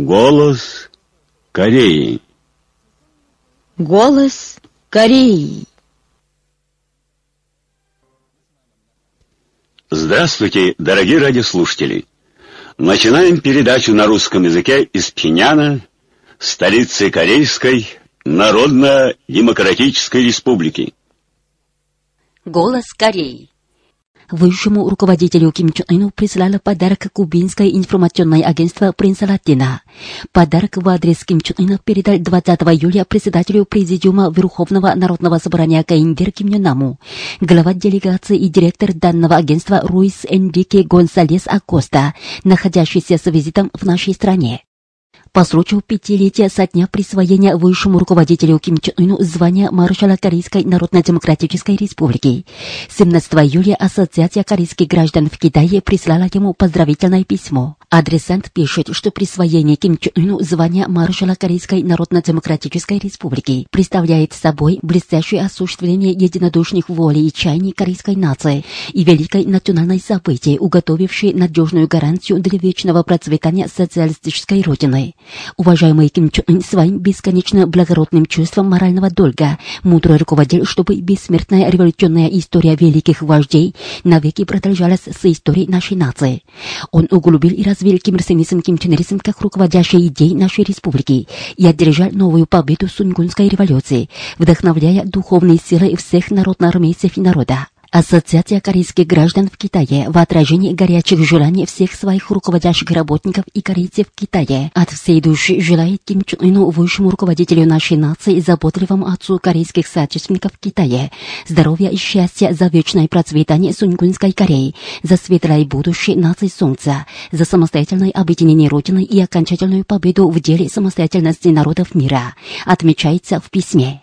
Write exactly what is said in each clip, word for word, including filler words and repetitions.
Голос Кореи. Голос Кореи. Здравствуйте, дорогие радиослушатели! Начинаем передачу на русском языке из Пхеньяна, столицы Корейской Народно-Демократической Республики. Голос Кореи. Высшему руководителю Ким Чен Ыну прислало подарок кубинское информационное агентство «Принца Латина». Подарок в адрес Ким Чен Ына передал двадцатого июля председателю Президиума Верховного Народного Собрания КНДР Ким Йон Наму. Глава делегации и директор данного агентства Руис Энрике Гонсалес Акоста, находящийся с визитом в нашей стране. По случаю пятилетия со дня присвоения высшему руководителю Ким Чен Ыну звания маршала Корейской Народно-Демократической Республики, семнадцатого июля Ассоциация корейских граждан в Китае прислала ему поздравительное письмо. Адресант пишет, что присвоение Ким Чен Ыну звания маршала Корейской Народно-Демократической Республики представляет собой блестящее осуществление единодушных воли и чаяний корейской нации и великой национальной события, уготовившей надежную гарантию для вечного процветания социалистической родины. Уважаемый Ким Чен Ын своим бесконечно благородным чувством морального долга мудро руководил, чтобы бессмертная революционная история великих вождей навеки продолжалась с историей нашей нации. Он углубил и развил кимирсенизм, кимченеризм как руководящие идеи нашей республики и одержал новую победу Сунгунской революции, вдохновляя духовные силы всех народно-армейцев и народа. Ассоциация корейских граждан в Китае в отражении горячих желаний всех своих руководящих работников и корейцев в Китае от всей души желает Ким Чен Ыну, высшему руководителю нашей нации, заботливому отцу корейских соотечественников в Китае, здоровья и счастья за вечное процветание Сунгунской Кореи, за светлое будущее нации Солнца, за самостоятельное объединение Родины и окончательную победу в деле самостоятельности народов мира, отмечается в письме.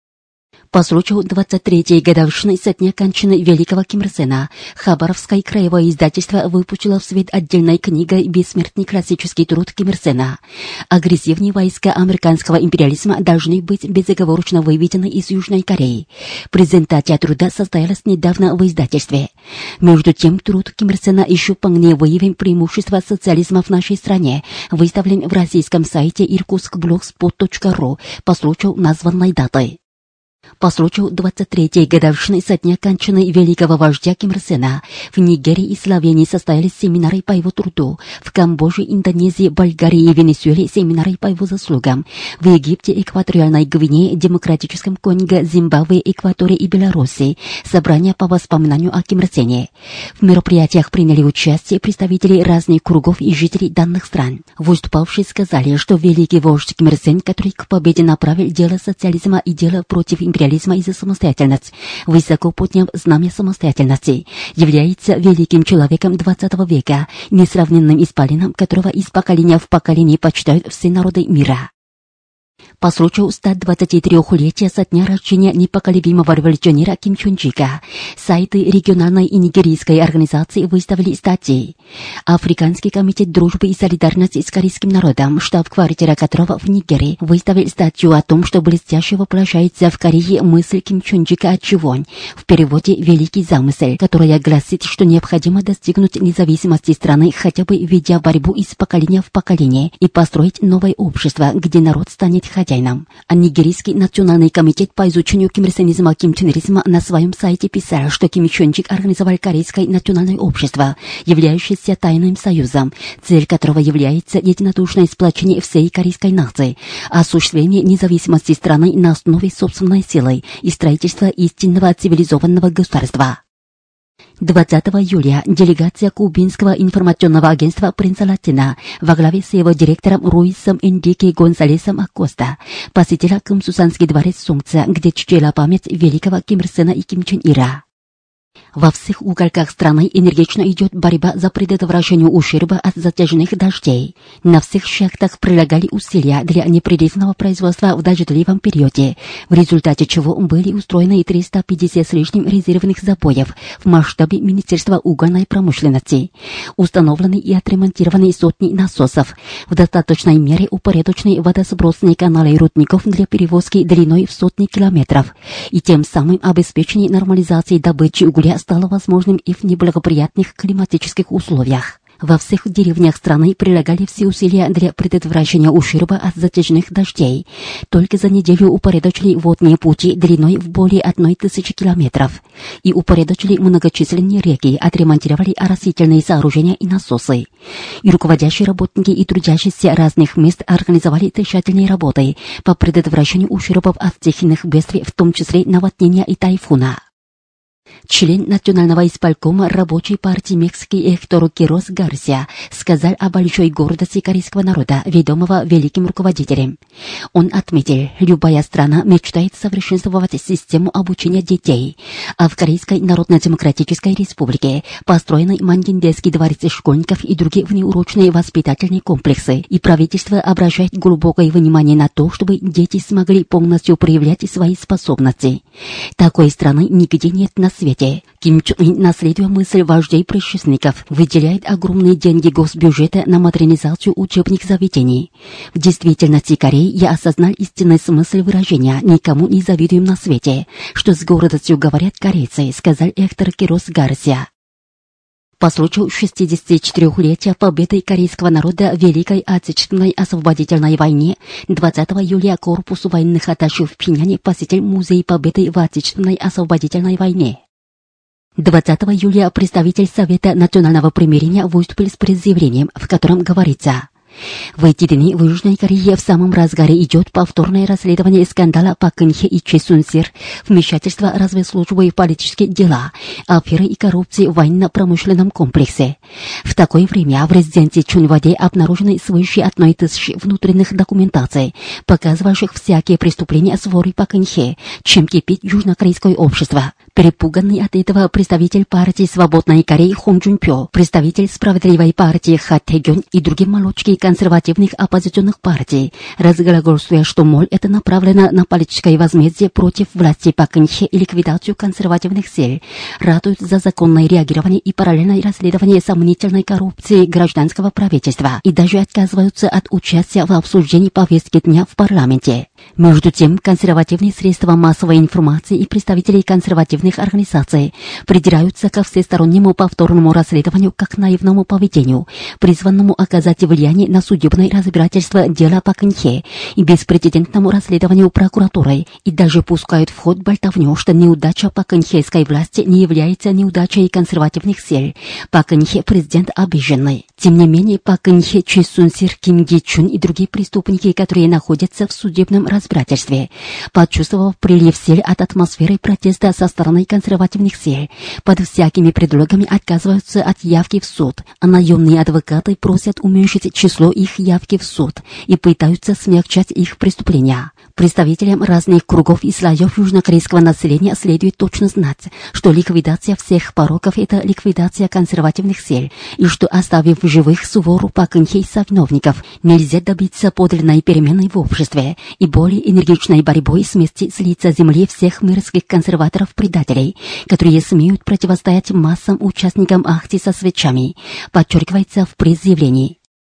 По случаю двадцать третьей годовщины со дня кончины великого Ким Ир Сена, Хабаровское краевое издательство выпустило в свет отдельной книгой бессмертный классический труд Ким Ир Сена. Агрессивные войска американского империализма должны быть безоговорочно выведены из Южной Кореи. Презентация труда состоялась недавно в издательстве. Между тем, труд Ким Ир Сена еще полнее выявим преимущества социализма в нашей стране, выставлен в российском сайте иркутск блогспот точка ру по случаю названной даты. По случаю двадцать третьей годовщины со дня кончины великого вождя Ким Ир Сена в Нигерии и Словении состоялись семинары по его труду, в Камбодже, Индонезии, Болгарии и Венесуэле семинары по его заслугам, в Египте, Экваториальной Гвинее, Демократическом Конго, Зимбабве, Экваторе и Беларуси собрания по воспоминанию о Ким Ир Сене. В мероприятиях приняли участие представители разных кругов и жителей данных стран. Выступавшие сказали, что великий вождь Ким Ир Сен, который к победе направил дело социализма и дело против империализма и за самостоятельность, высоко подняв знамя самостоятельности, является великим человеком двадцатого века, несравненным исполином, которого из поколения в поколение почитают все народы мира. По случаю ста двадцати трёхлетия со дня рождения непоколебимого революционера Ким Чон Чика сайты региональной и нигерийской организации выставили статьи. Африканский комитет дружбы и солидарности с корейским народом, штаб-квартира которого в Нигерии, выставил статью о том, что блестяще воплощается в Корее мысль Ким Чон Чика «Чивонь», в переводе «Великий замысел», которая гласит, что необходимо достигнуть независимости страны, хотя бы ведя борьбу из поколения в поколение, и построить новое общество, где народ станет хозяином. А Нигерийский национальный комитет по изучению кимирсенизма, кимченеризма на своем сайте писал, что Ким Чон Чик организовал Корейское национальное общество, являющееся тайным союзом, цель которого является единодушное сплочение всей корейской нации, осуществление независимости страны на основе собственной силы и строительство истинного цивилизованного государства. двадцатого июля делегация кубинского информационного агентства «Принца Латина» во главе с его директором Руисом Энрике Гонсалесом Акоста посетила Кымсусанский дворец Солнца, где чтила память великого Ким Ир Сена и Ким Чен Ира. Во всех уголках страны энергично идет борьба за предотвращение ущерба от затяжных дождей. На всех шахтах прилагали усилия для непрерывного производства в дождливом периоде, в результате чего были устроены триста пятьдесят с лишним резервных забоев в масштабе Министерства угольной промышленности. Установлены и отремонтированы сотни насосов. В достаточной мере упорядочены водосбросные каналы рудников для перевозки длиной в сотни километров. И тем самым обеспечение нормализации добычи угля стало возможным и в неблагоприятных климатических условиях. Во всех деревнях страны прилагали все усилия для предотвращения ущерба от затяжных дождей. Только за неделю упорядочили водные пути длиной в более одной тысячи километров и упорядочили многочисленные реки, отремонтировали оросительные сооружения и насосы. И руководящие работники и трудящиеся разных мест организовали тщательные работы по предотвращению ущербов от стихийных бедствий, в том числе наводнения и тайфуна. Член Национального исполкома рабочей партии Мексики Хектор Кирос Гарсия сказал о большой гордости корейского народа, ведомого великим руководителем. Он отметил, любая страна мечтает совершенствовать систему обучения детей, а в Корейской Народно-Демократической Республике построены Мангиндейский дворец школьников и другие внеурочные воспитательные комплексы, и правительство обращает глубокое внимание на то, чтобы дети смогли полностью проявлять свои способности. Такой страны нигде нет на свете. Ким Чен Ын, наследуя мысль вождей предшественников, выделяет огромные деньги госбюджета на модернизацию учебных заведений. В действительности Кореи я осознал истинный смысл выражения «никому не завидуем на свете», что с гордостью говорят корейцы, сказал Хектор Кирос Гарсия. По случаю шестидесятичетырёхлетия победы корейского народа в Великой Отечественной освободительной войне двадцатого июля корпус военных атташе в Пхеньяне посетил Музей Победы в Отечественной освободительной войне. двадцатого июля представитель Совета национального примирения выступил с предъявлением, в котором говорится: в эти дни в Южной Корее в самом разгаре идет повторное расследование скандала Пак Кын Хе и Чэ Сун Сир, вмешательство разведслужбы в политические дела, аферы и коррупции в военно-промышленном комплексе. В такое время в резиденции Чунваде обнаружены свыше одной тысячи внутренних документаций, показывающих всякие преступления с ворой Пак Кын Хе, чем кипит южнокорейское общество. Перепуганный от этого представитель партии «Свободной Кореи» Хон Джун Пё, представитель «Справедливой партии» Ха Тэ Гён и другие молодчики консервативных оппозиционных партий, разглагольствуя, что, мол, это направлено на политическое возмездие против власти Пак Кын Хе и ликвидацию консервативных сил, ратуют за законное реагирование и параллельное расследование сомнительной коррупции гражданского правительства и даже отказываются от участия в обсуждении повестки дня в парламенте. Между тем, консервативные средства массовой информации и представители консервативных организаций придираются ко всестороннему повторному расследованию как наивному поведению, призванному оказать влияние на судебное разбирательство дела Пак Кын Хе и беспрецедентному расследованию прокуратурой, и даже пускают в ход болтовню, что неудача Пак Кын Хейской власти не является неудачей консервативных сил. Пак Кын Хе президент обиженный. Тем не менее, Пак Кын Хе, Чэ Сун Сир, Ким Ги Чун и другие преступники, которые находятся в судебном разбирательстве, почувствовав прилив сил от атмосферы протеста со стороны консервативных сил, под всякими предлогами отказываются от явки в суд, а наемные адвокаты просят уменьшить число их явки в суд и пытаются смягчать их преступления. Представителям разных кругов и слоев южнокорейского населения следует точно знать, что ликвидация всех пороков – это ликвидация консервативных сил, и что, оставив в живых сувору Пак Кын Хе и совиновников, нельзя добиться подлинной перемены в обществе и более энергичной борьбой смести с лица земли всех мирских консерваторов-предателей, которые смеют противостоять массам участникам акций со свечами, подчеркивается в предъявлении.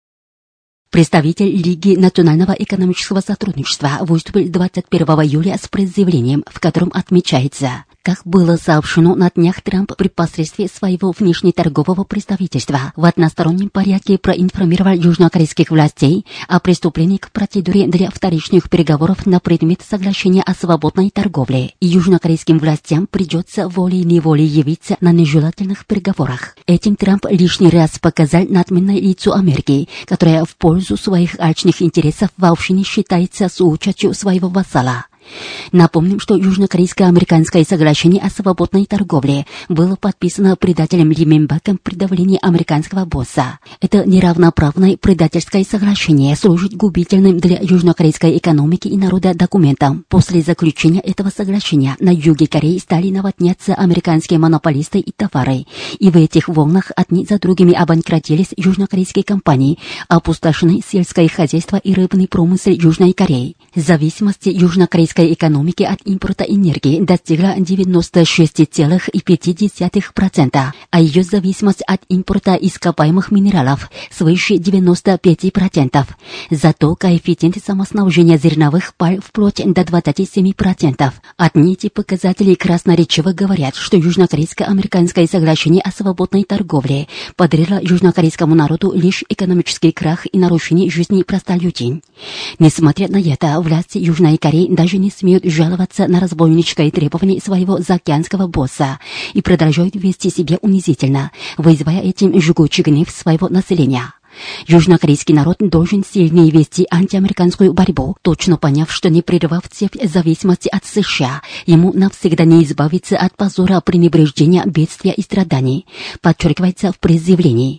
Представитель Лиги национального экономического сотрудничества выступил двадцать первого июля с предъявлением, в котором отмечается: как было сообщено на днях, Трамп при посредстве своего внешнеторгового представительства в одностороннем порядке проинформировал южнокорейских властей о приступлении к процедуре для вторичных переговоров на предмет соглашения о свободной торговле, и южнокорейским властям придется волей-неволей явиться на нежелательных переговорах. Этим Трамп лишний раз показал надменное лицо Америки, которая в пользу своих алчных интересов вообще не считается соучастью своего вассала. Напомним, что южнокорейско-американское соглашение о свободной торговле было подписано предателем Ли Мэнбаком при давлении американского босса. Это неравноправное предательское соглашение служит губительным для южнокорейской экономики и народа документом. После заключения этого соглашения на юге Кореи стали наводняться американские монополисты и товары, и в этих волнах одни за другими обанкротились южнокорейские компании, опустошены сельское хозяйство и рыбный промысел Южной Кореи. Зависимость южнокорейской корейской экономики от импорта энергии достигла девяносто шесть целых пять десятых процента, а ее зависимость от импорта ископаемых минералов свыше девяноста пяти процентов. Зато коэффициент самоснабжения зерновых пар вплоть до двадцати семи процентов. Одни эти показатели красноречиво говорят, что южнокорейско-американское соглашение о свободной торговле подарило южнокорейскому народу лишь экономический крах и нарушение жизни простолюдин. Несмотря на это, власти Южной Кореи даже не смеют жаловаться на разбойническое требование своего заокеанского босса и продолжают вести себя унизительно, вызывая этим жгучий гнев своего населения. Южнокорейский народ должен сильнее вести антиамериканскую борьбу, точно поняв, что не прервав цепь зависимости от США, ему навсегда не избавиться от позора пренебрежения, бедствия и страданий, подчеркивается в пресс-заявлении.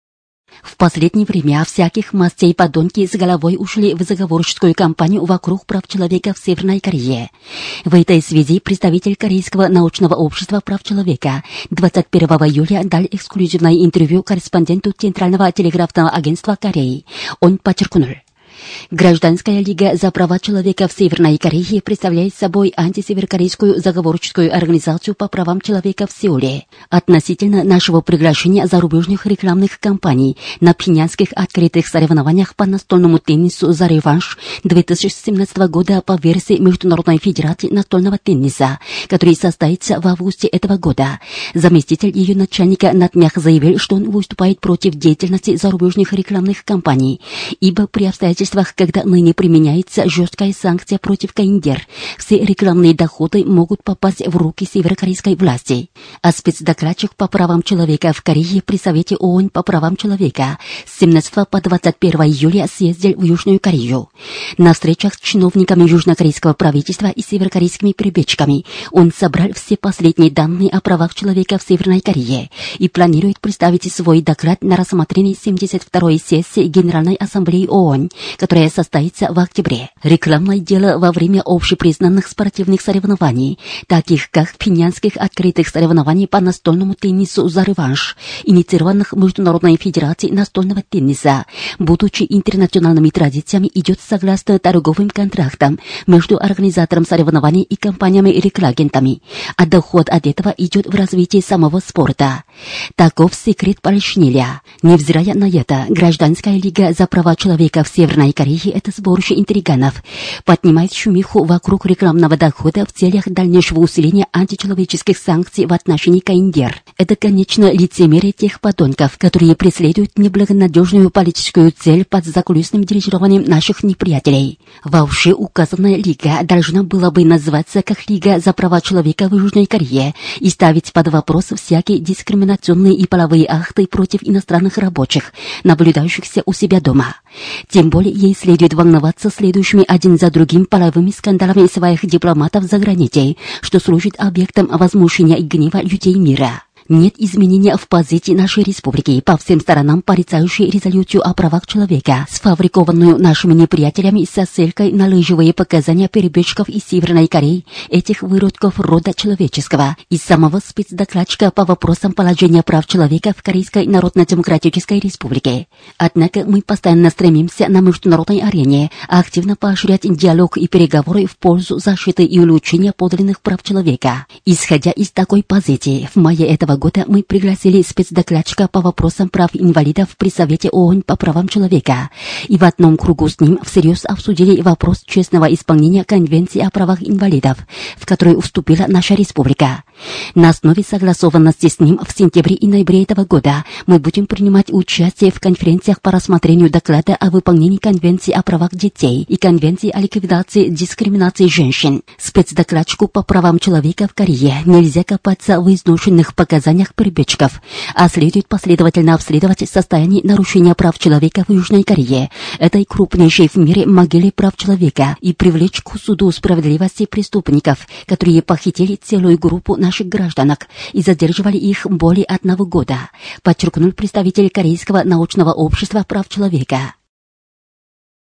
В последнее время всяких мастей подонки с головой ушли в заговорческую кампанию вокруг прав человека в Северной Корее. В этой связи представитель Корейского научного общества прав человека двадцать первого июля дал эксклюзивное интервью корреспонденту Центрального телеграфного агентства Кореи. Он подчеркнул: Гражданская лига за права человека в Северной Корее представляет собой антисеверокорейскую заговорческую организацию по правам человека в Сеуле. Относительно нашего приглашения зарубежных рекламных кампаний на пхеньянских открытых соревнованиях по настольному теннису за реванш две тысячи семнадцатого года по версии Международной федерации настольного тенниса, который состоится в августе этого года, заместитель ее начальника на днях заявил, что он выступает против деятельности зарубежных рекламных кампаний, ибо при обстоятельствах, когда ныне применяется жесткая санкция против КНДР, все рекламные доходы могут попасть в руки северокорейской власти. А спецдокладчик по правам человека в Корее при Совете ООН по правам человека с семнадцатого по двадцать первое июля съездил в Южную Корею. На встречах с чиновниками южнокорейского правительства и северокорейскими перебежчиками он собрал все последние данные о правах человека в Северной Корее и планирует представить свой доклад на рассмотрение семьдесят второй сессии Генеральной Ассамблеи ООН, которая состоится в октябре. Рекламное дело во время общепризнанных спортивных соревнований, таких как пхеньянских открытых соревнований по настольному теннису за реванш, инициированных Международной федерацией настольного тенниса, будучи интернациональными традициями, идет согласно торговым контрактам между организатором соревнований и компаниями-рекламагентами, а доход от этого идет в развитие самого спорта. Таков секрет Польшниля. Невзирая на это, Гражданская лига за права человека в Северной Корее — это сборище интриганов, поднимает шумиху вокруг рекламного дохода в целях дальнейшего усиления античеловеческих санкций в отношении КНДР. Это, конечно, лицемерие тех подонков, которые преследуют неблагонадежную политическую цель под закулисным дирижированием наших неприятелей. Вообще указанная лига должна была бы называться как Лига за права человека в Южной Корее и ставить под вопрос всякие дискриминационные и половые акты против иностранных рабочих, наблюдающихся у себя дома. Тем более ей следует волноваться следующими один за другим половыми скандалами своих дипломатов за границей, что служит объектом возмущения и гнева людей мира. Нет изменения в позиции нашей республики, по всем сторонам порицающей резолюцию о правах человека, сфабрикованную нашими неприятелями со ссылкой на лживые показания перебежчиков из Северной Кореи, этих выродков рода человеческого, и самого спецдокладчика по вопросам положения прав человека в Корейской Народно-Демократической Республике. Однако мы постоянно стремимся на международной арене активно поощрять диалог и переговоры в пользу защиты и улучшения подлинных прав человека. Исходя из такой позиции, в мае этого года мы пригласили спецдокладчика по вопросам прав инвалидов при Совете ООН по правам человека и в одном кругу с ним всерьез обсудили вопрос честного исполнения Конвенции о правах инвалидов, в которую вступила наша республика. На основе согласованности с ним в сентябре и ноябре этого года мы будем принимать участие в конференциях по рассмотрению доклада о выполнении Конвенции о правах детей и Конвенции о ликвидации дискриминации женщин. Спецдокладчику по правам человека в Корее нельзя копаться в изношенных показаниях перебежчиков, а следует последовательно обследовать состояние нарушения прав человека в Южной Корее, этой крупнейшей в мире могиле прав человека, и привлечь к суду справедливости преступников, которые похитили целую группу наших гражданок и задерживали их более одного года, подчеркнул представитель Корейского научного общества прав человека.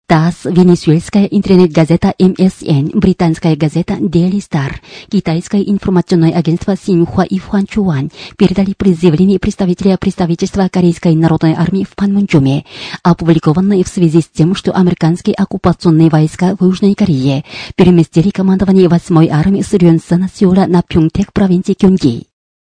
ТАСС, венесуэльская интернет-газета эм эс эн, британская газета Daily Star, китайское информационное агентство Синьхуа и Хуанчуань передали заявление представителя представительства Корейской народной армии в Панмунджоме, опубликованное в связи с тем, что американские оккупационные войска в Южной Корее переместили командование восьмой армии с Рёнсана Сеула на Пхёнгтек, провинции Кёнги.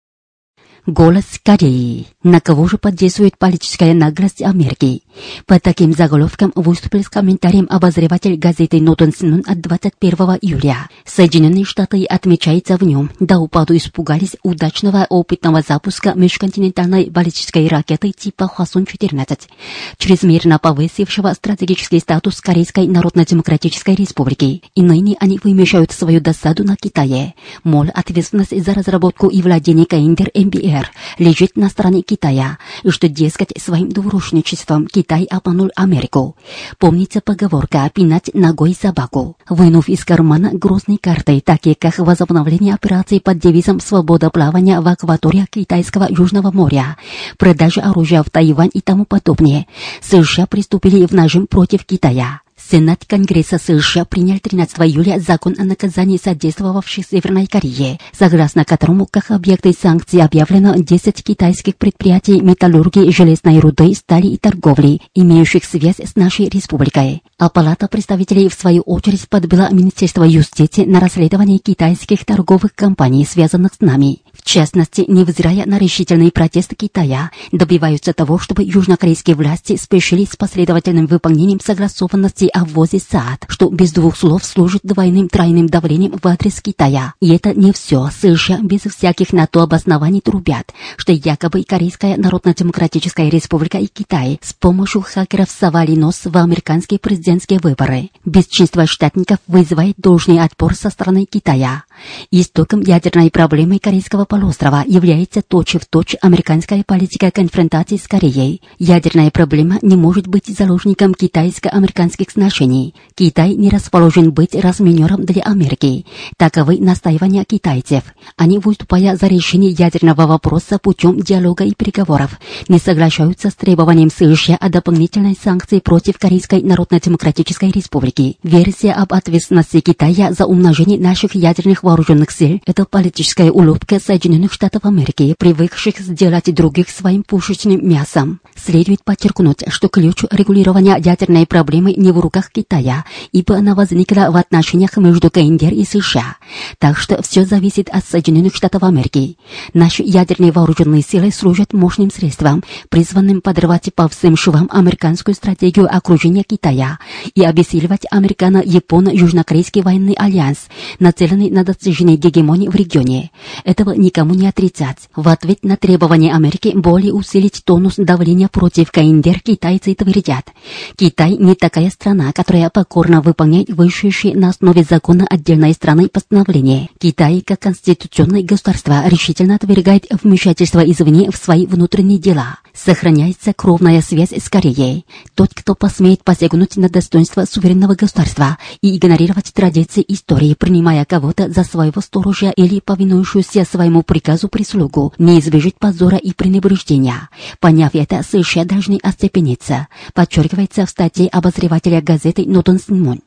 Голос Кореи. На кого же подействует политическая наглость Америки? По таким заголовкам выступил с комментарием обозреватель газеты Нотон Синун от двадцать первого июля. Соединенные Штаты, отмечается в нем, до упаду испугались удачного опытного запуска межконтинентальной баллистической ракеты типа Хвасон четырнадцать, чрезмерно повысившего стратегический статус Корейской Народно-Демократической Республики. И ныне они вымещают свою досаду на Китае. Мол, ответственность за разработку и владение КНДР эм би эр лежит на стороне Китая, и что, дескать, своим двурушничеством Китай обманул Америку. Помнится поговорка «пинать ногой собаку». Вынув из кармана грозной карты, такие как возобновление операций под девизом «Свобода плавания в акватории Китайского Южного моря», продажа оружия в Тайвань и тому подобное, США приступили в нажим против Китая. Сенат Конгресса США принял тринадцатого июля закон о наказании содействовавших Северной Корее, согласно которому как объекты санкций объявлено десять китайских предприятий металлургии, железной руды, стали и торговли, имеющих связь с нашей республикой. А Палата представителей, в свою очередь, подбила Министерство юстиции на расследование китайских торговых компаний, связанных с нами. В частности, невзирая на решительный протест Китая, добиваются того, чтобы южнокорейские власти спешили с последовательным выполнением согласованности о ввозе СААД, что без двух слов служит двойным тройным давлением в адрес Китая. И это не все. США без всяких на то обоснований трубят, что якобы Корейская Народно-Демократическая Республика и Китай с помощью хакеров совали нос в американские президентские выборы. Бесчинство штатников вызывает должный отпор со стороны Китая. Истоком ядерной проблемы Корейского полуострова является точь-в-точь американская политика конфронтации с Кореей. Ядерная проблема не может быть заложником китайско-американских сношений. Китай не расположен быть разменером для Америки. Таковы настаивания китайцев. Они, выступая за решение ядерного вопроса путем диалога и переговоров, не соглашаются с требованием США о дополнительной санкции против Корейской Народно-Демократической Республики. Версия об ответственности Китая за умножение наших ядерных вооруженных сил – это политическая уловка Соединенных Штатов Америки, привыкших сделать других своим пушечным мясом. Следует подчеркнуть, что ключ регулирования ядерной проблемы не в руках Китая, ибо она возникла в отношениях между КНДР и США. Так что все зависит от Соединенных Штатов Америки. Наши ядерные вооруженные силы служат мощным средством, призванным подрывать по всем швам американскую стратегию окружения Китая и обессиливать американо-японо-южнокорейский военный альянс, нацеленный на достижение гегемонии в регионе. Этого никому не отрицать. В ответ на требования Америки более усилить тонус давления против КНДР китайцы твердят: Китай не такая страна, которая покорно выполняет вышедшие на основе закона отдельной страны постановления. Китай, как конституционное государство, решительно отвергает вмешательство извне в свои внутренние дела. Сохраняется кровная связь с Кореей. Тот, кто посмеет посягнуть на достоинство суверенного государства и игнорировать традиции истории, принимая кого-то за своего сторожа или повинующуюся своему приказу прислугу, не избежит позора и пренебрежения. Поняв это, США должны остепениться, подчеркивается в статье обозревателя газеты Нотон Синмон.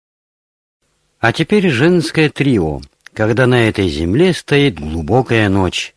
А теперь женское трио, когда на этой земле стоит глубокая ночь.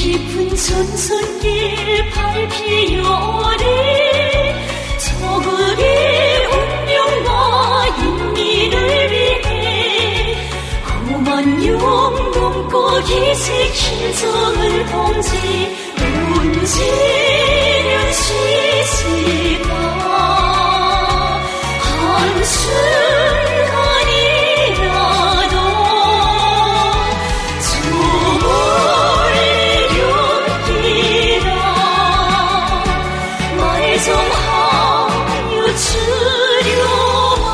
깊은 전선길 밟히어오리 저그의 운명과 인민을 위해 구만 영 넘고 기색 힘성을 봉지 운지는 시시가 한순간이라도 주물리 용기라 말정하여 주려와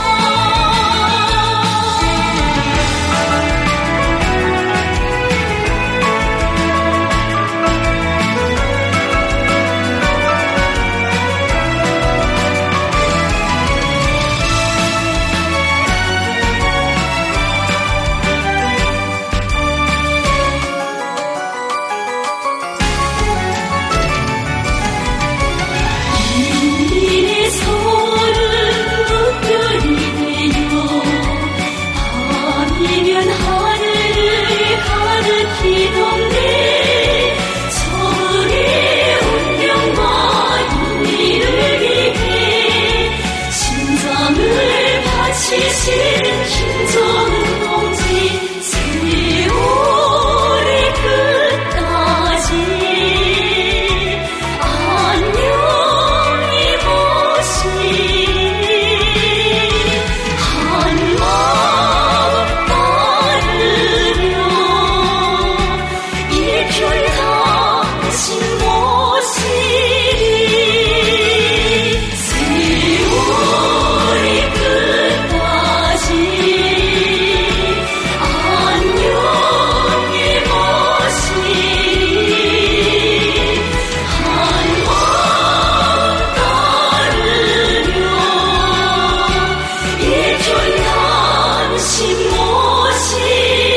인민의 서울은 무별이 되어 밤이면 하늘을 가르치던데 서울의 운명과 인민을 위해 심장을 바치시는 김정은 동지 세월의 끝까지 안녕히 보시리 한마음 따르며 일편 당신 모시리 세월의 끝까지 안녕히 보시리 한마음 따르며 일편 당신 모시리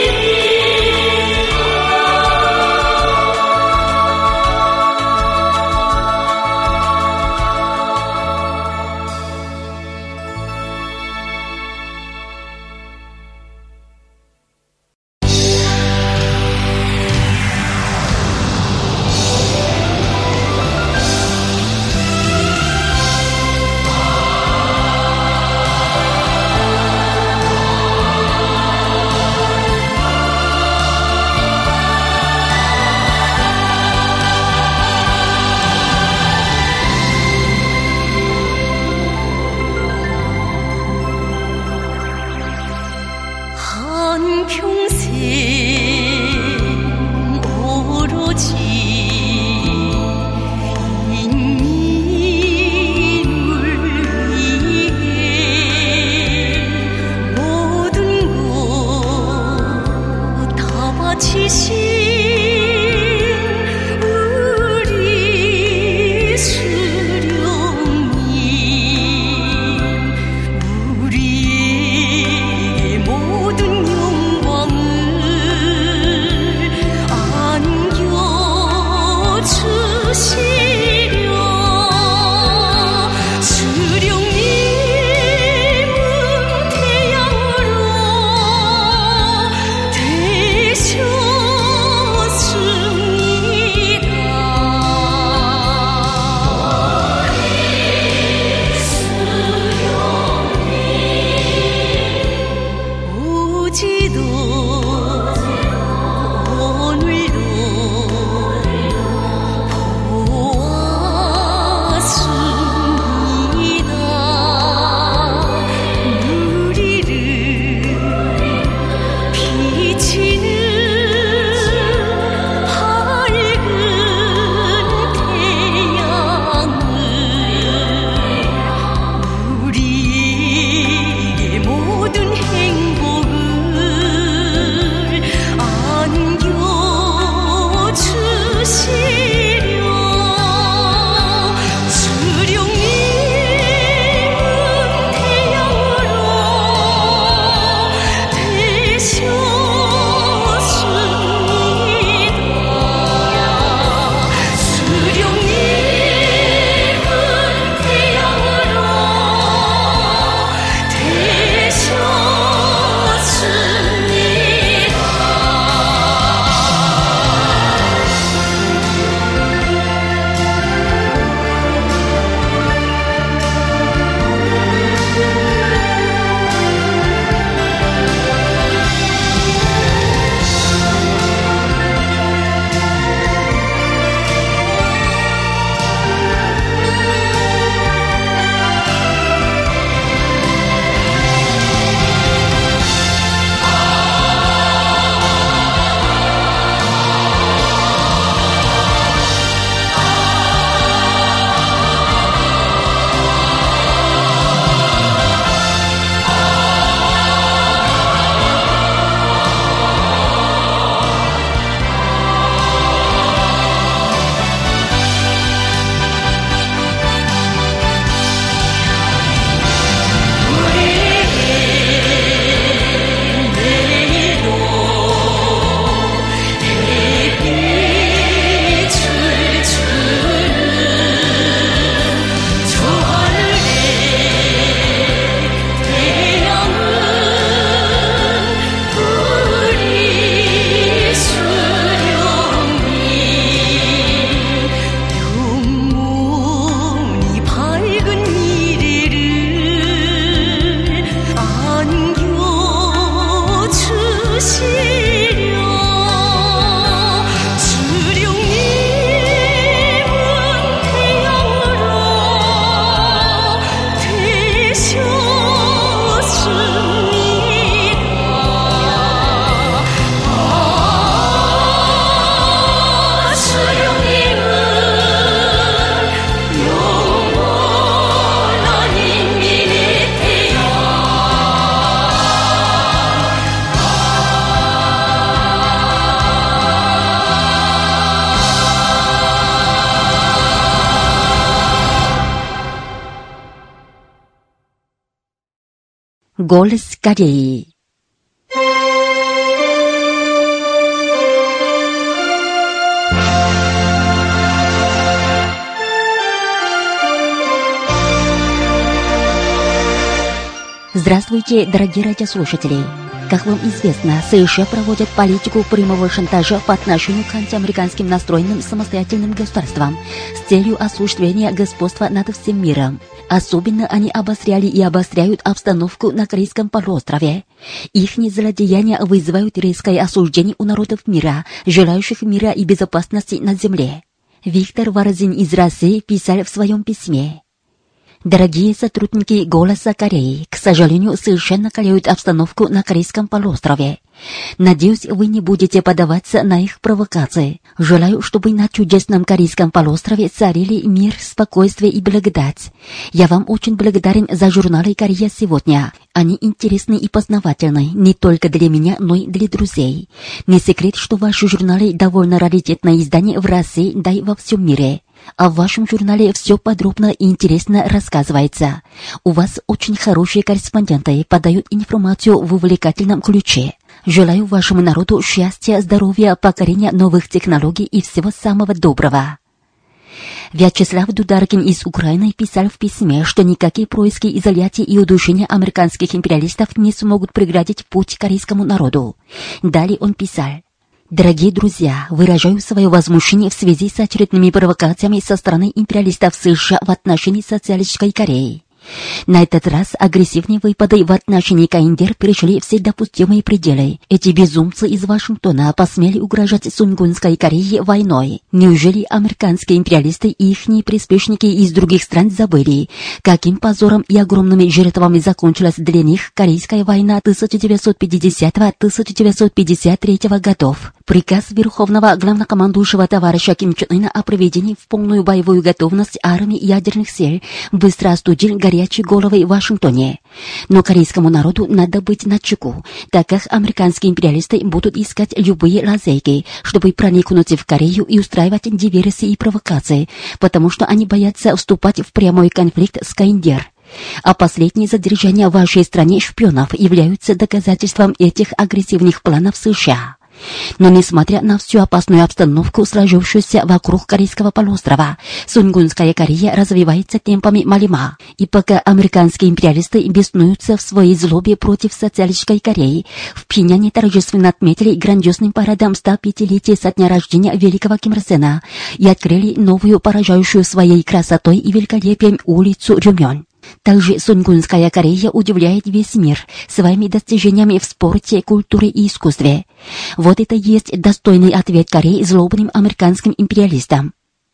한평생 오로지 인민을 위해 모든 것 다 바치신 우리 수령님 우리의 모든 영광을 안겨 Голос Кореи. Здравствуйте, дорогие радиослушатели! Как вам известно, США проводят политику прямого шантажа по отношению к антиамериканским настроенным самостоятельным государствам с целью осуществления господства над всем миром. Особенно они обостряли и обостряют обстановку на Корейском полуострове. Их злодеяния вызывают резкое осуждение у народов мира, желающих мира и безопасности на земле. Виктор Варазин из России писал в своем письме: Дорогие сотрудники «Голоса Кореи», к сожалению, совершенно накаляют обстановку на Корейском полуострове. Надеюсь, вы не будете поддаваться на их провокации. Желаю, чтобы на чудесном Корейском полуострове царили мир, спокойствие и благодать. Я вам очень благодарен за журналы «Корея сегодня». Они интересны и познавательны не только для меня, но и для друзей. Не секрет, что ваши журналы довольно раритетное издание в России, да и во всем мире. А в вашем журнале все подробно и интересно рассказывается. У вас очень хорошие корреспонденты, подают информацию в увлекательном ключе. Желаю вашему народу счастья, здоровья, покорения новых технологий и всего самого доброго. Вячеслав Дударкин из Украины писал в письме, что никакие происки изоляции и удушения американских империалистов не смогут преградить путь корейскому народу. Далее он писал: Дорогие друзья, выражаю свое возмущение в связи с очередными провокациями со стороны империалистов США в отношении социалистической Кореи. На этот раз агрессивные выпады в отношении КНДР перешли все допустимые пределы. Эти безумцы из Вашингтона посмели угрожать Сунгунской Корее войной. Неужели американские империалисты и ихние приспешники из других стран забыли, каким позором и огромными жертвами закончилась для них Корейская война тысяча девятьсот пятидесятого — тысяча девятьсот пятьдесят третьего годов? Приказ Верховного главнокомандующего товарища Ким Чен Ына о приведении в полную боевую готовность армии ядерных сил быстро остудил горячие головы в Вашингтоне. Но корейскому народу надо быть начеку, так как американские империалисты будут искать любые лазейки, чтобы проникнуть в Корею и устраивать диверсии и провокации, потому что они боятся вступать в прямой конфликт с КНДР. А последние задержания в вашей стране шпионов являются доказательством этих агрессивных планов США. Но несмотря на всю опасную обстановку, сложившуюся вокруг Корейского полуострова, Сунгунская Корея развивается темпами Малима. И пока американские империалисты беснуются в своей злобе против социалистической Кореи, в Пхеньяне торжественно отметили грандиозным парадом сто пятилетия со дня рождения великого Ким Ир Сена и открыли новую, поражающую своей красотой и великолепием улицу Рюмён. Также Сунгунская Корея удивляет весь мир своими достижениями в спорте, культуре и искусстве. Вот это есть достойный ответ Кореи злобным американским империалистам.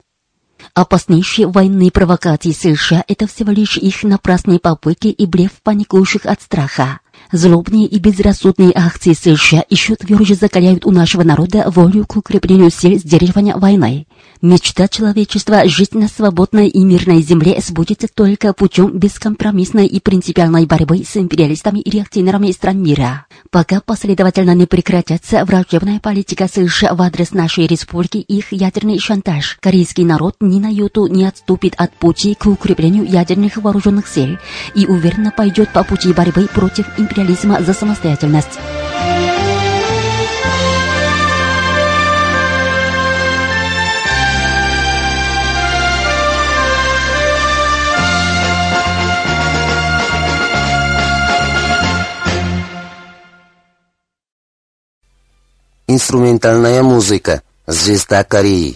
Опаснейшие военные провокации США – это всего лишь их напрасные попытки и блеф паникующих от страха. Злобные и безрассудные акции США еще тверже закаляют у нашего народа волю к укреплению сил сдерживания войны. Мечта человечества жить на свободной и мирной земле сбудется только путем бескомпромиссной и принципиальной борьбы с империалистами и реакционерами стран мира. Пока последовательно не прекратятся враждебная политика США в адрес нашей республики и их ядерный шантаж, корейский народ ни на йоту не отступит от пути к укреплению ядерных вооруженных сил и уверенно пойдет по пути борьбы против империализма за самостоятельность. Инструментальная музыка. Звезда Кореи.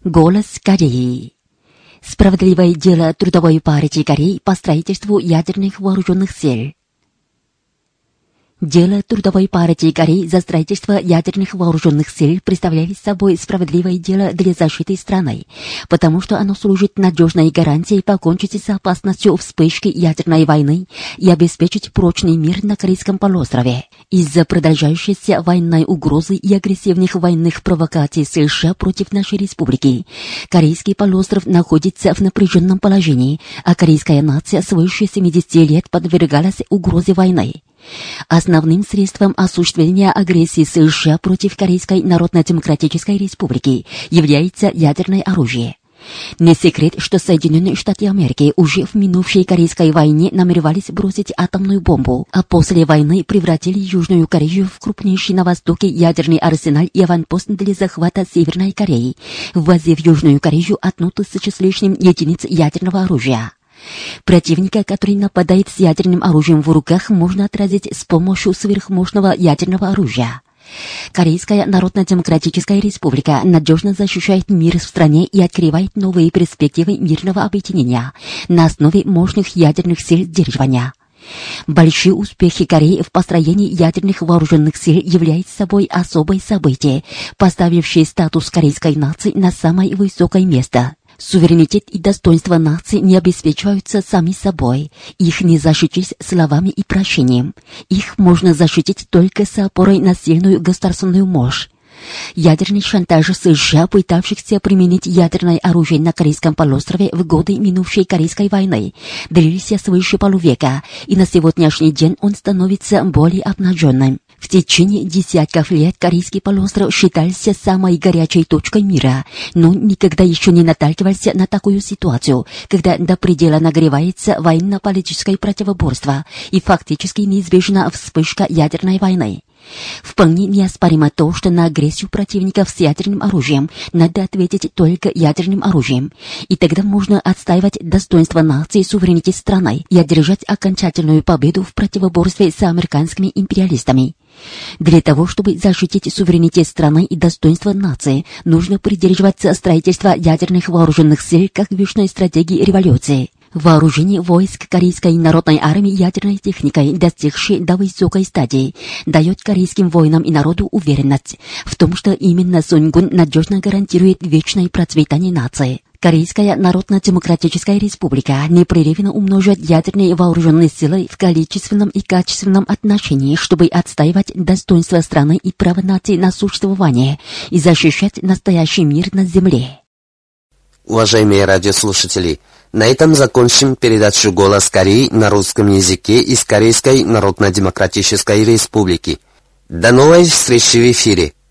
Голос Кореи. Справедливое дело Трудовой партии Кореи по строительству ядерных вооруженных сил. Дело Трудовой партии Кореи за строительство ядерных вооруженных сил представляет собой справедливое дело для защиты страны, потому что оно служит надежной гарантией покончить с опасностью вспышки ядерной войны и обеспечить прочный мир на Корейском полуострове. Из-за продолжающейся военной угрозы и агрессивных военных провокаций США против нашей республики, Корейский полуостров находится в напряженном положении, а корейская нация свыше семидесяти лет подвергалась угрозе войны. Основным средством осуществления агрессии США против Корейской Народно-Демократической Республики является ядерное оружие. Не секрет, что Соединенные Штаты Америки уже в минувшей Корейской войне намеревались бросить атомную бомбу, а после войны превратили Южную Корею в крупнейший на Востоке ядерный арсенал и аванпост для захвата Северной Кореи, ввозив в Южную Корею одну тысячу с лишним единиц ядерного оружия. Противника, который нападает с ядерным оружием в руках, можно отразить с помощью сверхмощного ядерного оружия. Корейская Народно-Демократическая Республика надежно защищает мир в стране и открывает новые перспективы мирного объединения на основе мощных ядерных сил сдерживания. Большие успехи Кореи в построении ядерных вооруженных сил являются собой особое событие, поставившее статус корейской нации на самое высокое место. Суверенитет и достоинство нации не обеспечиваются сами собой. Их не защитить словами и прощением. Их можно защитить только с опорой на сильную государственную мощь. Ядерный шантаж США, пытавшихся применить ядерное оружие на Корейском полуострове в годы минувшей Корейской войны, длился свыше полувека, и на сегодняшний день он становится более обнаженным. В течение десятков лет Корейский полуостров считался самой горячей точкой мира, но никогда еще не наталкивался на такую ситуацию, когда до предела нагревается военно-политическое противоборство и фактически неизбежна вспышка ядерной войны. Вполне неоспоримо то, что на агрессию противников с ядерным оружием надо ответить только ядерным оружием, и тогда можно отстаивать достоинство нации и суверенитет страны и одержать окончательную победу в противоборстве с американскими империалистами. Для того, чтобы защитить суверенитет страны и достоинство нации, нужно придерживаться строительства ядерных вооруженных сил как вечной стратегии революции. Вооружение войск Корейской народной армии ядерной техникой, достигшей до высокой стадии, дает корейским воинам и народу уверенность в том, что именно Сонгун надежно гарантирует вечное процветание нации. Корейская Народно-Демократическая Республика непрерывно умножает ядерные вооруженные силы в количественном и качественном отношении, чтобы отстаивать достоинство страны и право нации на существование и защищать настоящий мир на земле. Уважаемые радиослушатели, на этом закончим передачу «Голос Кореи» на русском языке из Корейской Народно-Демократической Республики. До новой встречи в эфире!